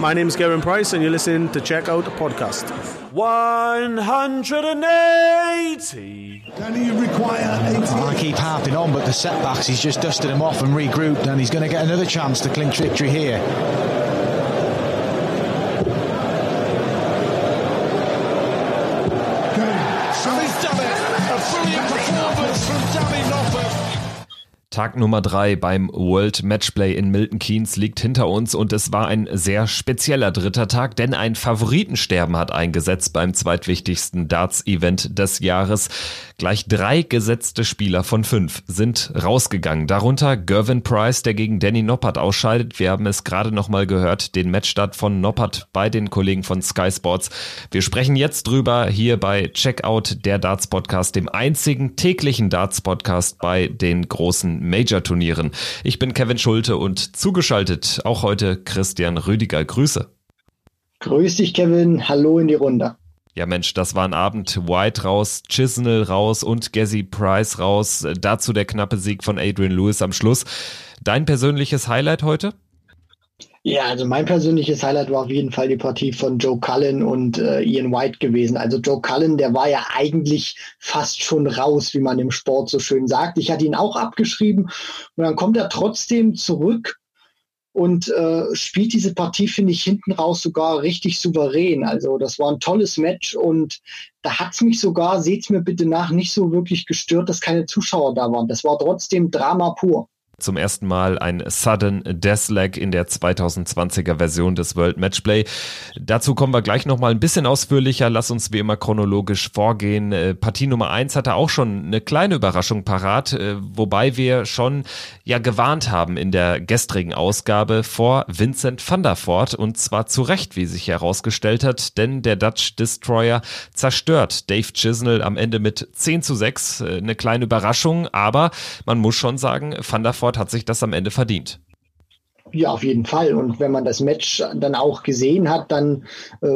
My name is Gavin Price and you're listening to Check Out the Podcast. 180. Can you require 80? I keep harping on, but the setbacks, he's just dusted them off and regrouped, and he's going to get another chance to clinch victory here. So he's done it. A brilliant performance from Danny Noppert. Tag Nummer 3 beim World Matchplay in Milton Keynes liegt hinter uns und es war ein sehr spezieller dritter Tag, denn ein Favoritensterben hat eingesetzt beim zweitwichtigsten Darts-Event des Jahres. Gleich 3 gesetzte Spieler von 5 sind rausgegangen, darunter Gervin Price, der gegen Danny Noppert ausscheidet. Wir haben es gerade nochmal gehört, den Matchstart von Noppert bei den Kollegen von Sky Sports. Wir sprechen jetzt drüber hier bei Checkout, der Darts-Podcast, dem einzigen täglichen Darts-Podcast bei den großen Major-Turnieren. Ich bin Kevin Schulte und zugeschaltet auch heute Christian Rüdiger. Grüße. Grüß dich, Kevin. Hallo in die Runde. Ja Mensch, das war ein Abend. White raus, Chisnell raus und Gezi Price raus. Dazu der knappe Sieg von Adrian Lewis am Schluss. Dein persönliches Highlight heute? Ja, also mein persönliches Highlight war auf jeden Fall die Partie von Joe Cullen und Ian White gewesen. Also Joe Cullen, der war ja eigentlich fast schon raus, wie man im Sport so schön sagt. Ich hatte ihn auch abgeschrieben und dann kommt er trotzdem zurück und spielt diese Partie, finde ich, hinten raus sogar richtig souverän. Also das war ein tolles Match und da hat's mich sogar, seht's mir bitte nach, nicht so wirklich gestört, dass keine Zuschauer da waren. Das war trotzdem Drama pur. Zum ersten Mal ein Sudden Deathleg in der 2020er Version des World Matchplay. Dazu kommen wir gleich nochmal ein bisschen ausführlicher. Lass uns wie immer chronologisch vorgehen. Partie Nummer 1 hatte auch schon eine kleine Überraschung parat, wobei wir schon ja gewarnt haben in der gestrigen Ausgabe vor Vincent van der Voort und zwar zu Recht, wie sich herausgestellt hat, denn der Dutch Destroyer zerstört Dave Chisnell am Ende mit 10:6. Eine kleine Überraschung, aber man muss schon sagen, Van der Voort hat sich das am Ende verdient. Ja, auf jeden Fall. Und wenn man das Match dann auch gesehen hat, dann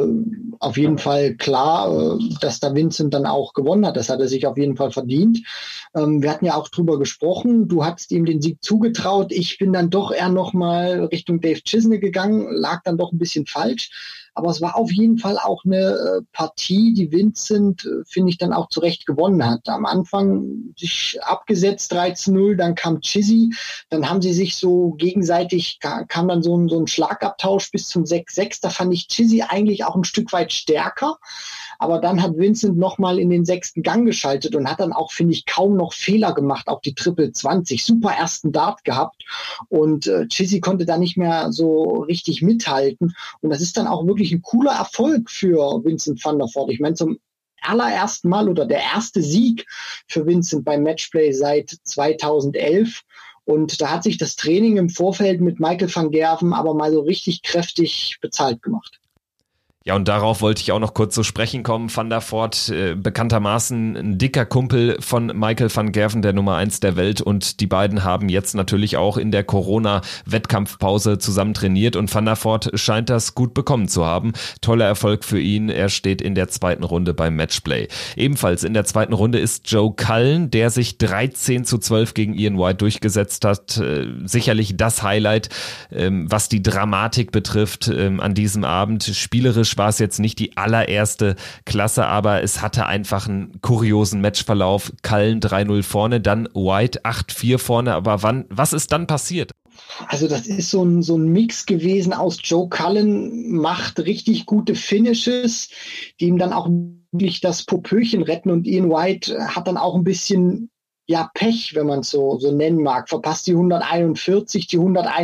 auf jeden Fall klar, dass da Vincent dann auch gewonnen hat. Das hat er sich auf jeden Fall verdient. Wir hatten ja auch drüber gesprochen. Du hattest ihm den Sieg zugetraut. Ich bin dann doch eher nochmal Richtung Dave Chisnell gegangen, lag dann doch ein bisschen falsch. Aber es war auf jeden Fall auch eine Partie, die Vincent, finde ich, dann auch zu Recht gewonnen hat. Am Anfang sich abgesetzt 13:0, dann kam Chizzy, dann haben sie sich so gegenseitig, kam dann so ein Schlagabtausch bis zum 6:6. Da fand ich Chizzy eigentlich auch ein Stück weit stärker. Aber dann hat Vincent nochmal in den 6. Gang geschaltet und hat dann auch, finde ich, kaum noch Fehler gemacht auf die Triple 20. Super ersten Dart gehabt und Chizzy konnte da nicht mehr so richtig mithalten. Und das ist dann auch wirklich ein cooler Erfolg für Vincent van der Voort. Ich meine, zum allerersten Mal oder der erste Sieg für Vincent beim Matchplay seit 2011. Und da hat sich das Training im Vorfeld mit Michael van Gerwen aber mal so richtig kräftig bezahlt gemacht. Ja, und darauf wollte ich auch noch kurz zu sprechen kommen. Van der Voort, bekanntermaßen ein dicker Kumpel von Michael van Gerwen, der Nummer 1 der Welt. Und die beiden haben jetzt natürlich auch in der Corona-Wettkampfpause zusammen trainiert. Und Van der Voort scheint das gut bekommen zu haben. Toller Erfolg für ihn. Er steht in der 2. Runde beim Matchplay. Ebenfalls in der 2. Runde ist Joe Cullen, der sich 13:12 gegen Ian White durchgesetzt hat. Sicherlich das Highlight, was die Dramatik betrifft an diesem Abend. Spielerisch war es jetzt nicht die allererste Klasse, aber es hatte einfach einen kuriosen Matchverlauf. Cullen 3:0 vorne, dann White 8:4 vorne, aber was ist dann passiert? Also das ist so ein Mix gewesen aus Joe Cullen macht richtig gute Finishes, die ihm dann auch wirklich das Popöchen retten und Ian White hat dann auch ein bisschen Pech, wenn man es so nennen mag, verpasst die 141, die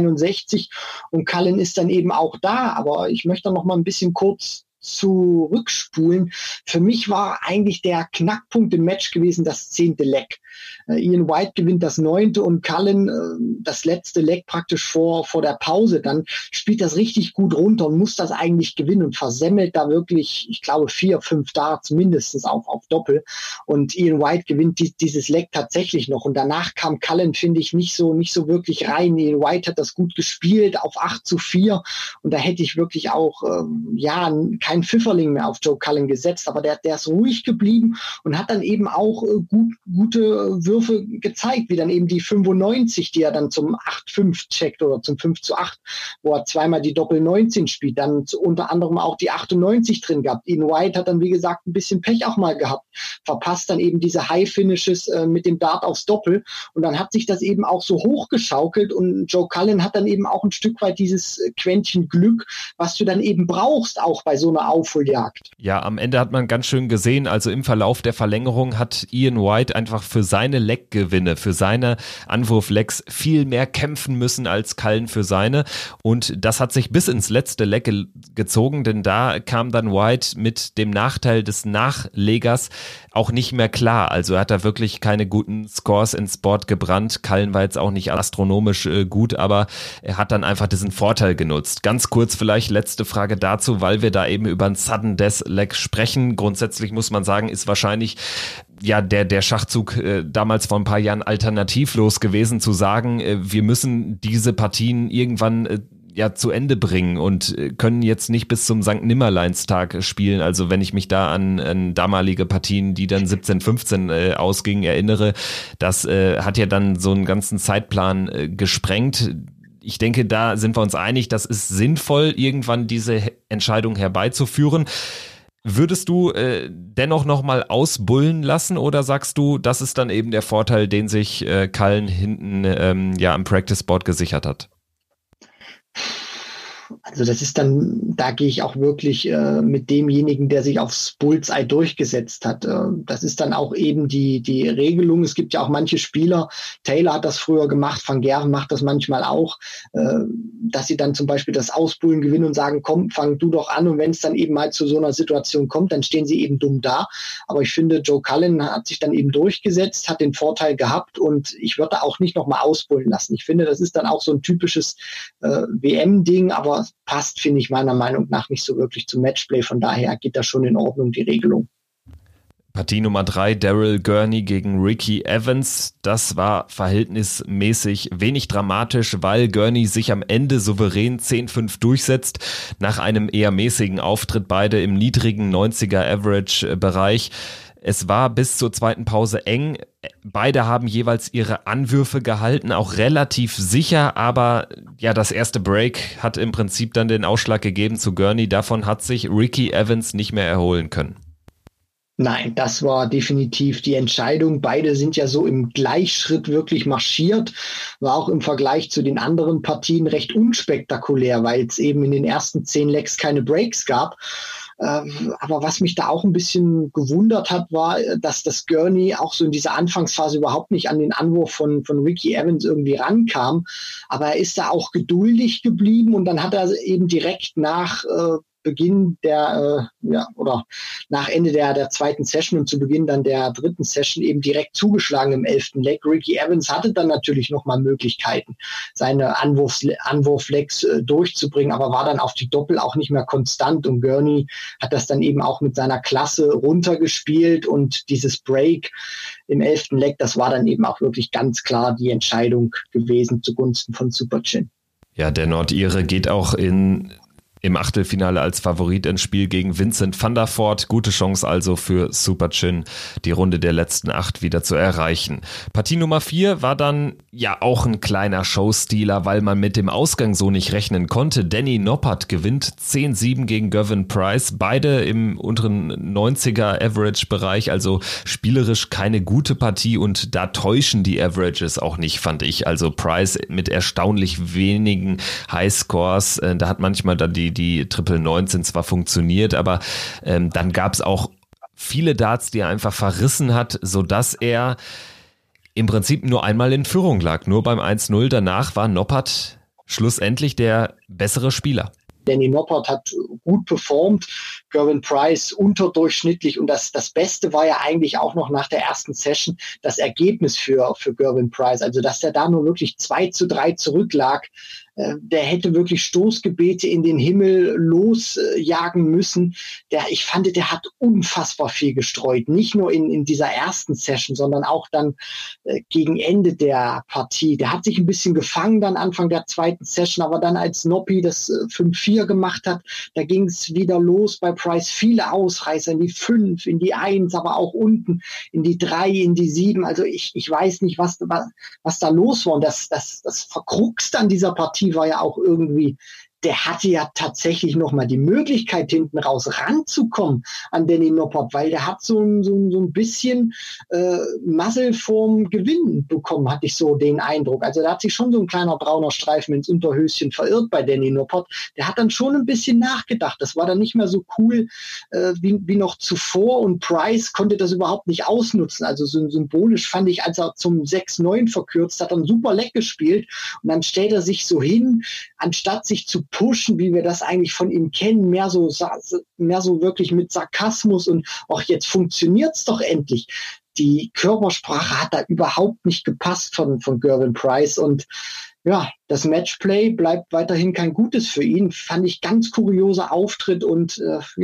161 und Cullen ist dann eben auch da. Aber ich möchte noch mal ein bisschen kurz zurückspulen. Für mich war eigentlich der Knackpunkt im Match gewesen, das 10. Leg. Ian White gewinnt das 9. und Cullen das letzte Leg praktisch vor der Pause. Dann spielt das richtig gut runter und muss das eigentlich gewinnen und versemmelt da wirklich, ich glaube, 4, 5 Darts mindestens auf Doppel. Und Ian White gewinnt dieses Leg tatsächlich noch. Und danach kam Cullen, finde ich, nicht so wirklich rein. Ian White hat das gut gespielt auf 8:4 und da hätte ich wirklich auch kein Pfifferling mehr auf Joe Cullen gesetzt. Aber der ist ruhig geblieben und hat dann eben auch gute Würfe gezeigt, wie dann eben die 95, die er dann zum 8-5 checkt oder zum 5-8, wo er zweimal die Doppel-19 spielt, dann unter anderem auch die 98 drin gehabt. Ian White hat dann, wie gesagt, ein bisschen Pech auch mal gehabt, verpasst dann eben diese High-Finishes mit dem Dart aufs Doppel und dann hat sich das eben auch so hochgeschaukelt und Joe Cullen hat dann eben auch ein Stück weit dieses Quäntchen Glück, was du dann eben brauchst, auch bei so einer Aufholjagd. Ja, am Ende hat man ganz schön gesehen, also im Verlauf der Verlängerung hat Ian White einfach für seine Leckgewinne, für seine Anwurflecks viel mehr kämpfen müssen als Cullen für seine und das hat sich bis ins letzte Leck gezogen, denn da kam dann White mit dem Nachteil des Nachlegers auch nicht mehr klar, also er hat da wirklich keine guten Scores ins Board gebrannt, Cullen war jetzt auch nicht astronomisch gut, aber er hat dann einfach diesen Vorteil genutzt. Ganz kurz vielleicht letzte Frage dazu, weil wir da eben über ein Sudden Death Leg sprechen. Grundsätzlich muss man sagen, ist wahrscheinlich ja der Schachzug damals vor ein paar Jahren alternativlos gewesen, zu sagen, wir müssen diese Partien irgendwann zu Ende bringen und können jetzt nicht bis zum St. Nimmerleinstag spielen. Also wenn ich mich da an damalige Partien, die dann 17-15 ausgingen, erinnere, das hat ja dann so einen ganzen Zeitplan gesprengt. Ich denke, da sind wir uns einig, das ist sinnvoll, irgendwann diese Entscheidung herbeizuführen. Würdest du dennoch nochmal ausbullen lassen oder sagst du, das ist dann eben der Vorteil, den sich Cullen hinten am Practice-Board gesichert hat? Also das ist dann, da gehe ich auch wirklich mit demjenigen, der sich aufs Bullseye durchgesetzt hat. Das ist dann auch eben die Regelung. Es gibt ja auch manche Spieler, Taylor hat das früher gemacht, Van Gerwen macht das manchmal auch, dass sie dann zum Beispiel das Ausbullen gewinnen und sagen, komm, fang du doch an. Und wenn es dann eben mal zu so einer Situation kommt, dann stehen sie eben dumm da. Aber ich finde, Joe Cullen hat sich dann eben durchgesetzt, hat den Vorteil gehabt und ich würde auch nicht nochmal ausbullen lassen. Ich finde, das ist dann auch so ein typisches WM-Ding, aber passt, finde ich, meiner Meinung nach nicht so wirklich zum Matchplay. Von daher geht das schon in Ordnung, die Regelung. Partie Nummer 3, Daryl Gurney gegen Ricky Evans. Das war verhältnismäßig wenig dramatisch, weil Gurney sich am Ende souverän 10-5 durchsetzt. Nach einem eher mäßigen Auftritt, beide im niedrigen 90er Average-Bereich. Es war bis zur zweiten Pause eng. Beide haben jeweils ihre Anwürfe gehalten, auch relativ sicher, aber ja, das erste Break hat im Prinzip dann den Ausschlag gegeben zu Gurney. Davon hat sich Ricky Evans nicht mehr erholen können. Nein, das war definitiv die Entscheidung. Beide sind ja so im Gleichschritt wirklich marschiert. War auch im Vergleich zu den anderen Partien recht unspektakulär, weil es eben in den ersten 10 Legs keine Breaks gab. Aber was mich da auch ein bisschen gewundert hat, war, dass das Gurney auch so in dieser Anfangsphase überhaupt nicht an den Anwurf von Ricky Evans irgendwie rankam. Aber er ist da auch geduldig geblieben und dann hat er eben direkt nach Beginn oder nach Ende der zweiten Session und zu Beginn dann der dritten Session eben direkt zugeschlagen im 11. Leg. Ricky Evans hatte dann natürlich nochmal Möglichkeiten, seine Anwurflegs durchzubringen, aber war dann auf die Doppel auch nicht mehr konstant und Gurney hat das dann eben auch mit seiner Klasse runtergespielt und dieses Break im 11. Leg, das war dann eben auch wirklich ganz klar die Entscheidung gewesen zugunsten von Superchin. Ja, der Nordire geht auch im Achtelfinale als Favorit ins Spiel gegen Vincent van der Voort. Gute Chance also für Superchin, die Runde der letzten 8 wieder zu erreichen. Partie Nummer 4 war dann ja auch ein kleiner Showstealer, weil man mit dem Ausgang so nicht rechnen konnte. Danny Noppert gewinnt 10-7 gegen Gervin Price. Beide im unteren 90er Average-Bereich, also spielerisch keine gute Partie und da täuschen die Averages auch nicht, fand ich. Also Price mit erstaunlich wenigen Highscores. Da hat manchmal dann die Triple 19 zwar funktioniert, aber dann gab es auch viele Darts, die er einfach verrissen hat, sodass er im Prinzip nur einmal in Führung lag. Nur beim 1-0 danach war Noppert schlussendlich der bessere Spieler. Danny Noppert hat gut performt, Gervin Price unterdurchschnittlich und das Beste war ja eigentlich auch noch nach der ersten Session das Ergebnis für Gervin Price, also dass er da nur wirklich 2-3 zurücklag, Der hätte wirklich Stoßgebete in den Himmel losjagen müssen. Ich fand, der hat unfassbar viel gestreut. Nicht nur in dieser ersten Session, sondern auch dann gegen Ende der Partie. Der hat sich ein bisschen gefangen dann Anfang der zweiten Session, aber dann als Noppi das 5-4 gemacht hat, da ging es wieder los bei Price. Viele Ausreißer in die 5, in die 1, aber auch unten in die 3, in die 7. Also ich weiß nicht, was da los war. Und das Verkrux an dieser Partie war ja auch irgendwie, der hatte ja tatsächlich nochmal die Möglichkeit, hinten raus ranzukommen an Danny Noppert, weil der hat so ein bisschen Muzzle vorm Gewinn bekommen, hatte ich so den Eindruck. Also da hat sich schon so ein kleiner brauner Streifen ins Unterhöschen verirrt bei Danny Noppert. Der hat dann schon ein bisschen nachgedacht. Das war dann nicht mehr so cool wie noch zuvor, und Price konnte das überhaupt nicht ausnutzen. Also so symbolisch fand ich, als er zum 6-9 verkürzt hat, dann super leck gespielt, und dann stellt er sich so hin, anstatt sich zu pushen, wie wir das eigentlich von ihm kennen, mehr so wirklich mit Sarkasmus und auch jetzt funktioniert's doch endlich. Die Körpersprache hat da überhaupt nicht gepasst von Gervin Price, und ja, das Matchplay bleibt weiterhin kein gutes für ihn. Fand ich ganz kurioser Auftritt, und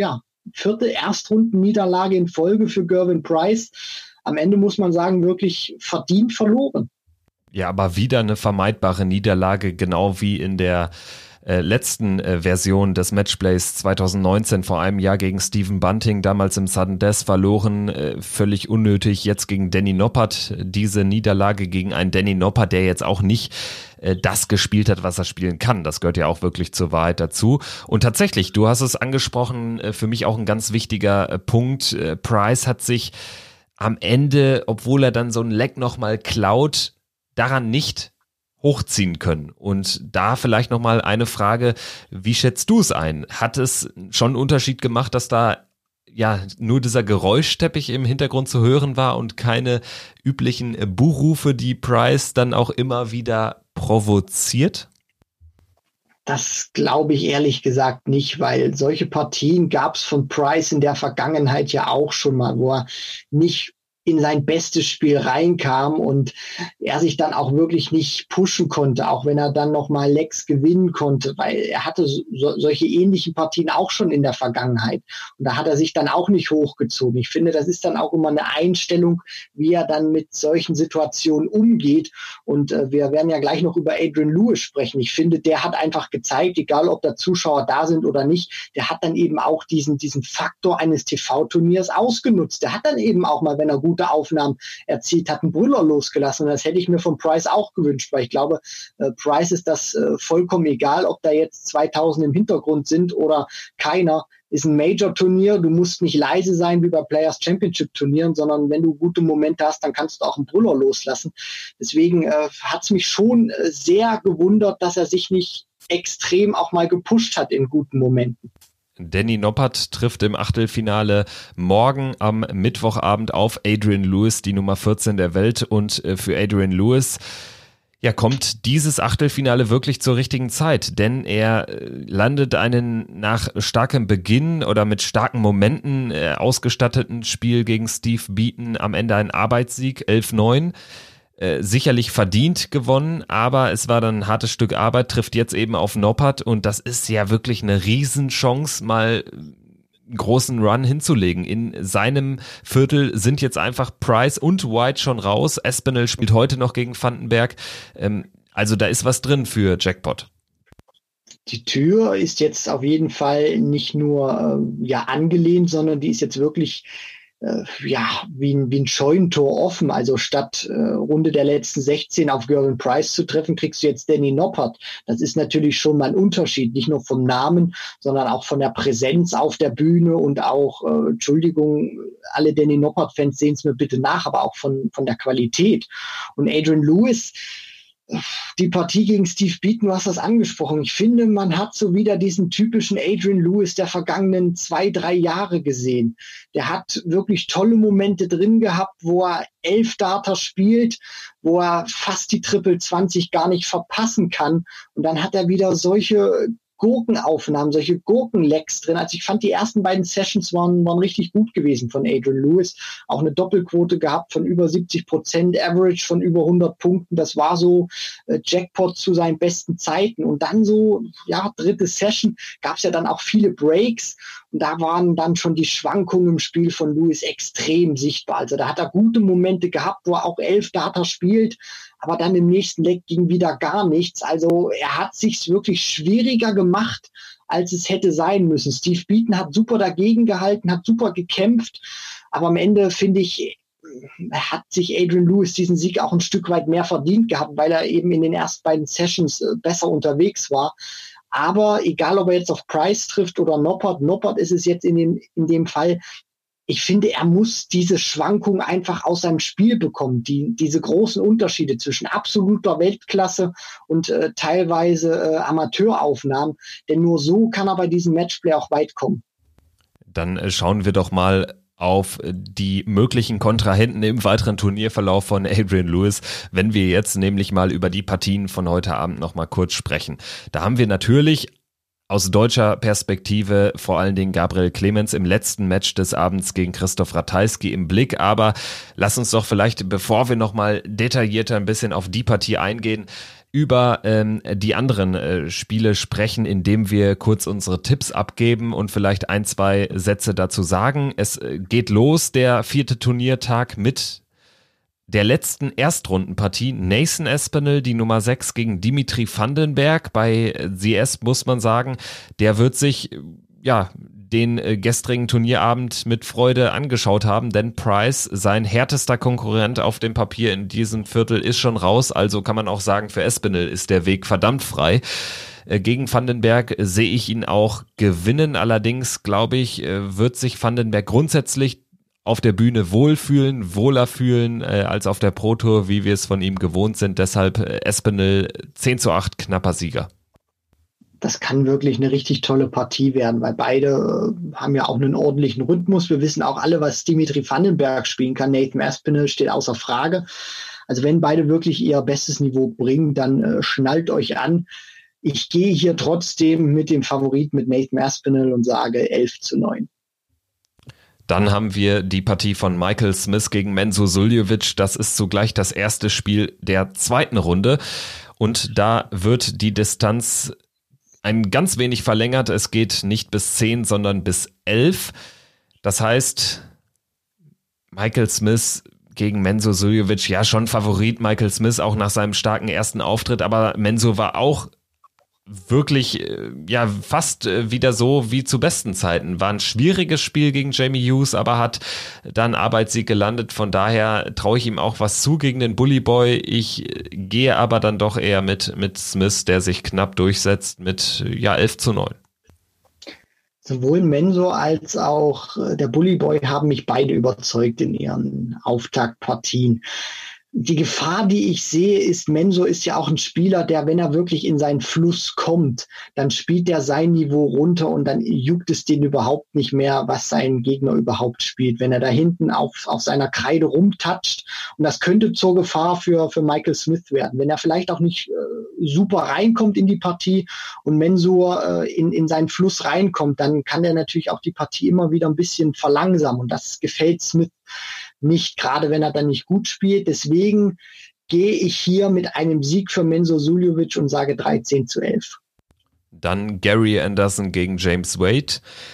4. Erstrundenniederlage in Folge für Gervin Price. Am Ende muss man sagen, wirklich verdient verloren. Ja, aber wieder eine vermeidbare Niederlage, genau wie in der letzten Version des Matchplays 2019, vor einem Jahr gegen Stephen Bunting, damals im Sudden Death verloren, völlig unnötig. Jetzt gegen Danny Noppert, diese Niederlage gegen einen Danny Noppert, der jetzt auch nicht das gespielt hat, was er spielen kann. Das gehört ja auch wirklich zur Wahrheit dazu. Und tatsächlich, du hast es angesprochen, für mich auch ein ganz wichtiger Punkt. Price hat sich am Ende, obwohl er dann so ein Leck nochmal klaut, daran nicht hochziehen können. Und da vielleicht nochmal eine Frage, wie schätzt du es ein? Hat es schon einen Unterschied gemacht, dass da ja nur dieser Geräuschteppich im Hintergrund zu hören war und keine üblichen Buhrufe, die Price dann auch immer wieder provoziert? Das glaube ich ehrlich gesagt nicht, weil solche Partien gab es von Price in der Vergangenheit ja auch schon mal, wo er nicht in sein bestes Spiel reinkam und er sich dann auch wirklich nicht pushen konnte, auch wenn er dann nochmal Lecks gewinnen konnte, weil er hatte solche ähnlichen Partien auch schon in der Vergangenheit, und da hat er sich dann auch nicht hochgezogen. Ich finde, das ist dann auch immer eine Einstellung, wie er dann mit solchen Situationen umgeht, und wir werden ja gleich noch über Adrian Lewis sprechen. Ich finde, der hat einfach gezeigt, egal ob da Zuschauer da sind oder nicht, der hat dann eben auch diesen Faktor eines TV-Turniers ausgenutzt. Der hat dann eben auch mal, wenn er gute Aufnahmen erzielt hat, einen Brüller losgelassen. Und das hätte ich mir von Price auch gewünscht, weil ich glaube, Price ist das vollkommen egal, ob da jetzt 2000 im Hintergrund sind oder keiner. Ist ein Major-Turnier, du musst nicht leise sein wie bei Players Championship-Turnieren, sondern wenn du gute Momente hast, dann kannst du auch einen Brüller loslassen. Deswegen hat es mich schon sehr gewundert, dass er sich nicht extrem auch mal gepusht hat in guten Momenten. Danny Noppert trifft im Achtelfinale morgen am Mittwochabend auf Adrian Lewis, die Nummer 14 der Welt. Und für Adrian Lewis kommt dieses Achtelfinale wirklich zur richtigen Zeit, denn er landet einen nach starkem Beginn oder mit starken Momenten ausgestatteten Spiel gegen Steve Beaton am Ende ein Arbeitssieg, 11-9. Sicherlich verdient gewonnen, aber es war dann ein hartes Stück Arbeit, trifft jetzt eben auf Noppert, und das ist ja wirklich eine Riesenchance, mal einen großen Run hinzulegen. In seinem Viertel sind jetzt einfach Price und White schon raus. Espinel spielt heute noch gegen Vandenberg. Also da ist was drin für Jackpot. Die Tür ist jetzt auf jeden Fall nicht nur angelehnt, sondern die ist jetzt wirklich wie ein Scheunentor offen. Also statt Runde der letzten 16 auf Gervin Price zu treffen, kriegst du jetzt Danny Noppert. Das ist natürlich schon mal ein Unterschied, nicht nur vom Namen, sondern auch von der Präsenz auf der Bühne und auch, Entschuldigung, alle Danny Noppert-Fans sehen es mir bitte nach, aber auch von der Qualität. Und Adrian Lewis, die Partie gegen Steve Beaton, du hast das angesprochen. Ich finde, man hat so wieder diesen typischen Adrian Lewis der vergangenen 2-3 Jahre gesehen. Der hat wirklich tolle Momente drin gehabt, wo er 11 Darter spielt, wo er fast die Triple 20 gar nicht verpassen kann. Und dann hat er wieder solche Gurkenaufnahmen, solche Gurkenlecks drin. Also ich fand, die ersten beiden Sessions waren richtig gut gewesen von Adrian Lewis. Auch eine Doppelquote gehabt von über 70%, Average von über 100 Punkten. Das war so Jackpot zu seinen besten Zeiten. Und dann so, ja, dritte Session gab es ja dann auch viele Breaks. Und da waren dann schon die Schwankungen im Spiel von Lewis extrem sichtbar. Also da hat er gute Momente gehabt, wo er auch 11 Data spielt, aber dann im nächsten Leg ging wieder gar nichts. Also er hat sich's wirklich schwieriger gemacht, als es hätte sein müssen. Steve Beaton hat super dagegen gehalten, hat super gekämpft, aber am Ende finde ich, hat sich Adrian Lewis diesen Sieg auch ein Stück weit mehr verdient gehabt, weil er eben in den ersten beiden Sessions besser unterwegs war. Aber egal, ob er jetzt auf Price trifft oder Noppert ist es jetzt in dem Fall, ich finde, er muss diese Schwankung einfach aus seinem Spiel bekommen, diese großen Unterschiede zwischen absoluter Weltklasse und teilweise Amateuraufnahmen, denn nur so kann er bei diesem Matchplay auch weit kommen. Dann schauen wir doch mal auf die möglichen Kontrahenten im weiteren Turnierverlauf von Adrian Lewis, wenn wir jetzt nämlich mal über die Partien von heute Abend noch mal kurz sprechen. Da haben wir natürlich aus deutscher Perspektive vor allen Dingen Gabriel Clemens im letzten Match des Abends gegen Christoph Ratajski im Blick, aber lass uns doch vielleicht, bevor wir noch mal detaillierter ein bisschen auf die Partie eingehen, über die anderen Spiele sprechen, indem wir kurz unsere Tipps abgeben und vielleicht 1, 2 Sätze dazu sagen. Es geht los, der 4. Turniertag mit der letzten Erstrundenpartie. Nathan Aspinall, die Nummer 6 gegen Dimitri Vandenberg. Bei CS muss man sagen, der wird sich den gestrigen Turnierabend mit Freude angeschaut haben, denn Price, sein härtester Konkurrent auf dem Papier in diesem Viertel, ist schon raus, also kann man auch sagen, für Aspinall ist der Weg verdammt frei. Gegen Vandenberg sehe ich ihn auch gewinnen, allerdings glaube ich, wird sich Vandenberg grundsätzlich auf der Bühne wohler fühlen als auf der Pro Tour, wie wir es von ihm gewohnt sind, deshalb Aspinall 10:8 knapper Sieger. Das kann wirklich eine richtig tolle Partie werden, weil beide haben ja auch einen ordentlichen Rhythmus. Wir wissen auch alle, was Dimitri Vandenberg spielen kann. Nathan Aspinall steht außer Frage. Also wenn beide wirklich ihr bestes Niveau bringen, dann schnallt euch an. Ich gehe hier trotzdem mit dem Favorit, mit Nathan Aspinall, und sage 11:9. Dann haben wir die Partie von Michael Smith gegen Menzo Suljovic. Das ist zugleich das erste Spiel der zweiten Runde. Und da wird die Distanz ein ganz wenig verlängert. Es geht nicht bis 10, sondern bis 11. Das heißt, Michael Smith gegen Menzo Suljovic, ja schon Favorit Michael Smith, auch nach seinem starken ersten Auftritt. Aber Menzo war auch wirklich fast wieder so wie zu besten Zeiten. War ein schwieriges Spiel gegen Jamie Hughes, aber hat dann Arbeitssieg gelandet. Von daher traue ich ihm auch was zu gegen den Bully Boy. Ich gehe aber dann doch eher mit Smith, der sich knapp durchsetzt mit 11:9. Sowohl Menzo als auch der Bully Boy haben mich beide überzeugt in ihren Auftaktpartien. Die Gefahr, die ich sehe, ist, Menzo ist ja auch ein Spieler, der, wenn er wirklich in seinen Fluss kommt, dann spielt er sein Niveau runter und dann juckt es den überhaupt nicht mehr, was sein Gegner überhaupt spielt. Wenn er da hinten auf seiner Kreide rumtatscht, und das könnte zur Gefahr für Michael Smith werden. Wenn er vielleicht auch nicht super reinkommt in die Partie und Menzo in seinen Fluss reinkommt, dann kann er natürlich auch die Partie immer wieder ein bisschen verlangsamen, und das gefällt Smith nicht, gerade wenn er dann nicht gut spielt. Deswegen gehe ich hier mit einem Sieg für Menzo Suljovic und sage 13:11. Dann Gary Anderson gegen James Wade.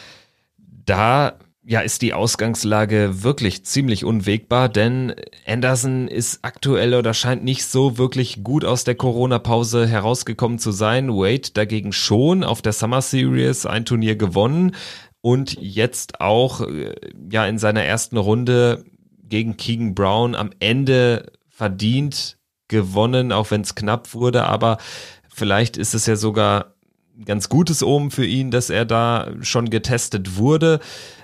Da ist die Ausgangslage wirklich ziemlich unwägbar, denn Anderson ist aktuell oder scheint nicht so wirklich gut aus der Corona-Pause herausgekommen zu sein. Wade dagegen schon, auf der Summer Series ein Turnier gewonnen und jetzt auch in seiner ersten Runde gegen Keegan Brown am Ende verdient gewonnen, auch wenn es knapp wurde, aber vielleicht ist es ja sogar ein ganz gutes Omen für ihn, dass er da schon getestet wurde.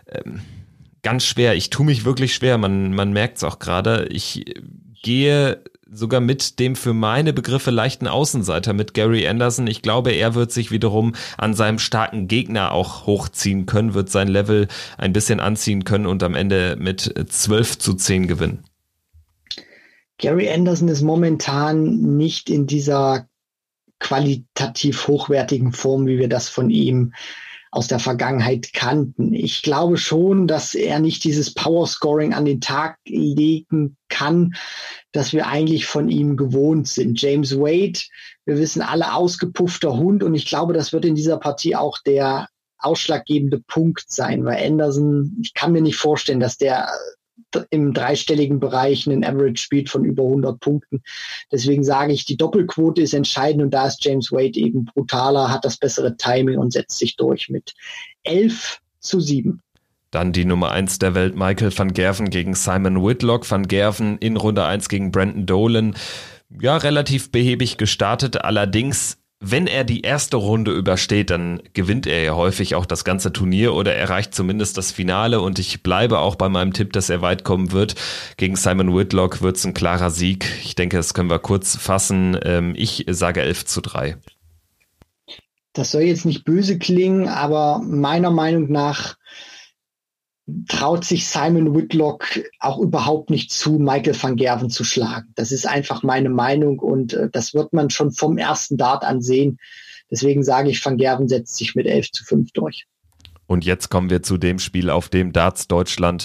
Ganz schwer, ich tue mich wirklich schwer, man merkt es auch gerade. Ich gehe sogar mit dem für meine Begriffe leichten Außenseiter mit Gary Anderson. Ich glaube, er wird sich wiederum an seinem starken Gegner auch hochziehen können, wird sein Level ein bisschen anziehen können und am Ende mit 12:10 gewinnen. Gary Anderson ist momentan nicht in dieser qualitativ hochwertigen Form, wie wir das von ihm aus der Vergangenheit kannten. Ich glaube schon, dass er nicht dieses Powerscoring an den Tag legen kann, das wir eigentlich von ihm gewohnt sind. James Wade, wir wissen alle, ausgepuffter Hund, und ich glaube, das wird in dieser Partie auch der ausschlaggebende Punkt sein, weil Anderson, ich kann mir nicht vorstellen, dass der im dreistelligen Bereich einen Average spielt von über 100 Punkten. Deswegen sage ich, die Doppelquote ist entscheidend, und da ist James Wade eben brutaler, hat das bessere Timing und setzt sich durch mit 11-7. Dann die Nummer 1 der Welt, Michael van Gerwen gegen Simon Whitlock. Van Gerwen in Runde 1 gegen Brandon Dolan. Ja, relativ behäbig gestartet, allerdings wenn er die erste Runde übersteht, dann gewinnt er ja häufig auch das ganze Turnier oder erreicht zumindest das Finale, und ich bleibe auch bei meinem Tipp, dass er weit kommen wird. Gegen Simon Whitlock wird es ein klarer Sieg. Ich denke, das können wir kurz fassen. Ich sage 11-3. Das soll jetzt nicht böse klingen, aber meiner Meinung nach traut sich Simon Whitlock auch überhaupt nicht zu, Michael van Gerwen zu schlagen. Das ist einfach meine Meinung, und das wird man schon vom ersten Dart an sehen. Deswegen sage ich, van Gerwen setzt sich mit 11-5 durch. Und jetzt kommen wir zu dem Spiel, auf dem Darts Deutschland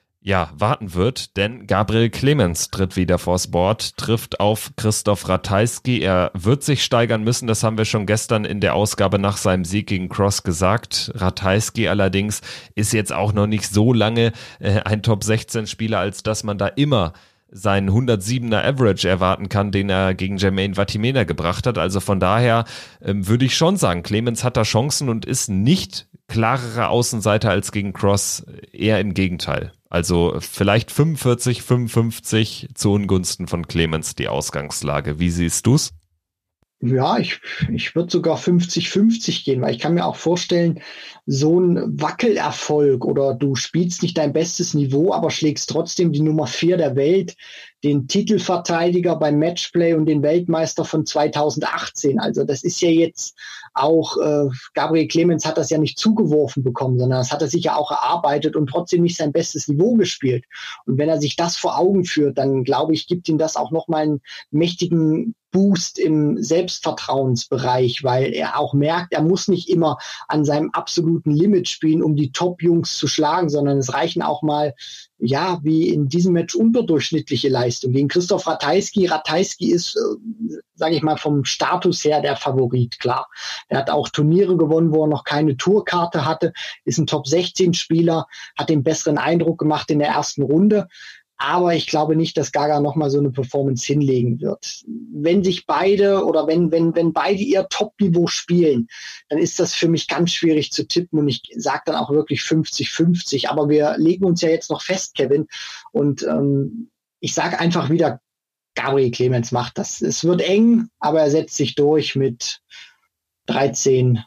warten wird, denn Gabriel Clemens tritt wieder vors Board, trifft auf Christoph Ratajski. Er wird sich steigern müssen, das haben wir schon gestern in der Ausgabe nach seinem Sieg gegen Cross gesagt. Ratajski allerdings ist jetzt auch noch nicht so lange ein Top-16-Spieler, als dass man da immer seinen 107er Average erwarten kann, den er gegen Jermaine Vatimena gebracht hat. Also von daher würde ich schon sagen, Clemens hat da Chancen und ist nicht klarerer Außenseiter als gegen Cross, eher im Gegenteil. Also vielleicht 45, 55 zu Ungunsten von Clemens die Ausgangslage. Wie siehst du's? Ja, ich würde sogar 50-50 gehen, weil ich kann mir auch vorstellen, so ein Wackelerfolg oder du spielst nicht dein bestes Niveau, aber schlägst trotzdem die Nummer 4 der Welt, den Titelverteidiger beim Matchplay und den Weltmeister von 2018. Also das ist ja jetzt auch, Gabriel Clemens hat das ja nicht zugeworfen bekommen, sondern das hat er sich ja auch erarbeitet und trotzdem nicht sein bestes Niveau gespielt. Und wenn er sich das vor Augen führt, dann glaube ich, gibt ihm das auch nochmal einen mächtigen Boost im Selbstvertrauensbereich, weil er auch merkt, er muss nicht immer an seinem absoluten Limit spielen, um die Top-Jungs zu schlagen, sondern es reichen auch mal, wie in diesem Match unterdurchschnittliche Leistung. Gegen Christoph Ratajski. Ratajski ist, sage ich mal, vom Status her der Favorit, klar. Er hat auch Turniere gewonnen, wo er noch keine Tourkarte hatte, ist ein Top-16-Spieler, hat den besseren Eindruck gemacht in der ersten Runde. Aber ich glaube nicht, dass Gaga nochmal so eine Performance hinlegen wird. Wenn sich beide oder wenn beide ihr Top-Niveau spielen, dann ist das für mich ganz schwierig zu tippen, und ich sage dann auch wirklich 50-50. Aber wir legen uns ja jetzt noch fest, Kevin. Und ich sage einfach wieder, Gabriel Clemens macht das. Es wird eng, aber er setzt sich durch mit 13-11.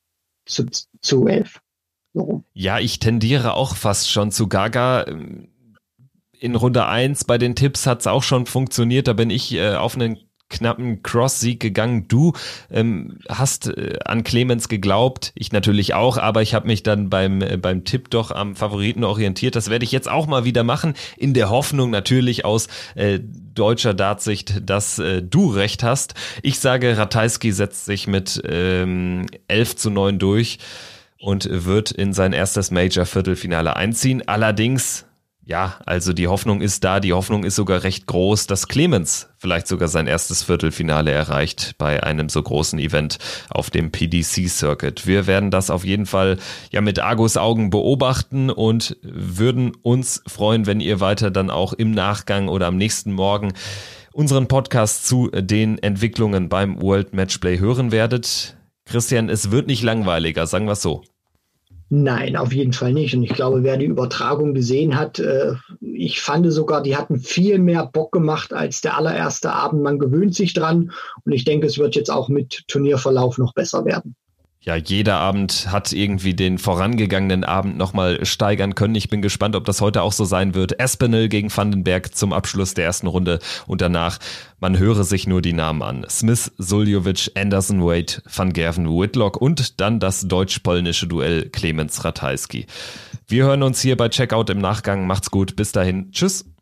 So. Ja, ich tendiere auch fast schon zu Gaga. In Runde 1 bei den Tipps hat es auch schon funktioniert, da bin ich auf einen knappen Cross-Sieg gegangen. Du hast an Clemens geglaubt, ich natürlich auch, aber ich habe mich dann beim Tipp doch am Favoriten orientiert. Das werde ich jetzt auch mal wieder machen, in der Hoffnung natürlich aus deutscher Dartsicht, dass du recht hast. Ich sage, Ratajski setzt sich mit 11-9 durch und wird in sein erstes Major-Viertelfinale einziehen. Allerdings, also die Hoffnung ist da, die Hoffnung ist sogar recht groß, dass Clemens vielleicht sogar sein erstes Viertelfinale erreicht bei einem so großen Event auf dem PDC-Circuit. Wir werden das auf jeden Fall mit Argusaugen beobachten und würden uns freuen, wenn ihr weiter dann auch im Nachgang oder am nächsten Morgen unseren Podcast zu den Entwicklungen beim World Matchplay hören werdet. Christian, es wird nicht langweiliger, sagen wir es so. Nein, auf jeden Fall nicht. Und ich glaube, wer die Übertragung gesehen hat, ich fand sogar, die hatten viel mehr Bock gemacht als der allererste Abend. Man gewöhnt sich dran, und ich denke, es wird jetzt auch mit Turnierverlauf noch besser werden. Ja, jeder Abend hat irgendwie den vorangegangenen Abend nochmal steigern können. Ich bin gespannt, ob das heute auch so sein wird. Aspinall gegen Vandenberg zum Abschluss der ersten Runde, und danach, man höre sich nur die Namen an. Smith, Suljovic, Anderson, Wade, van Gerwen, Whitlock und dann das deutsch-polnische Duell Clemens Ratajski. Wir hören uns hier bei Checkout im Nachgang. Macht's gut, bis dahin. Tschüss.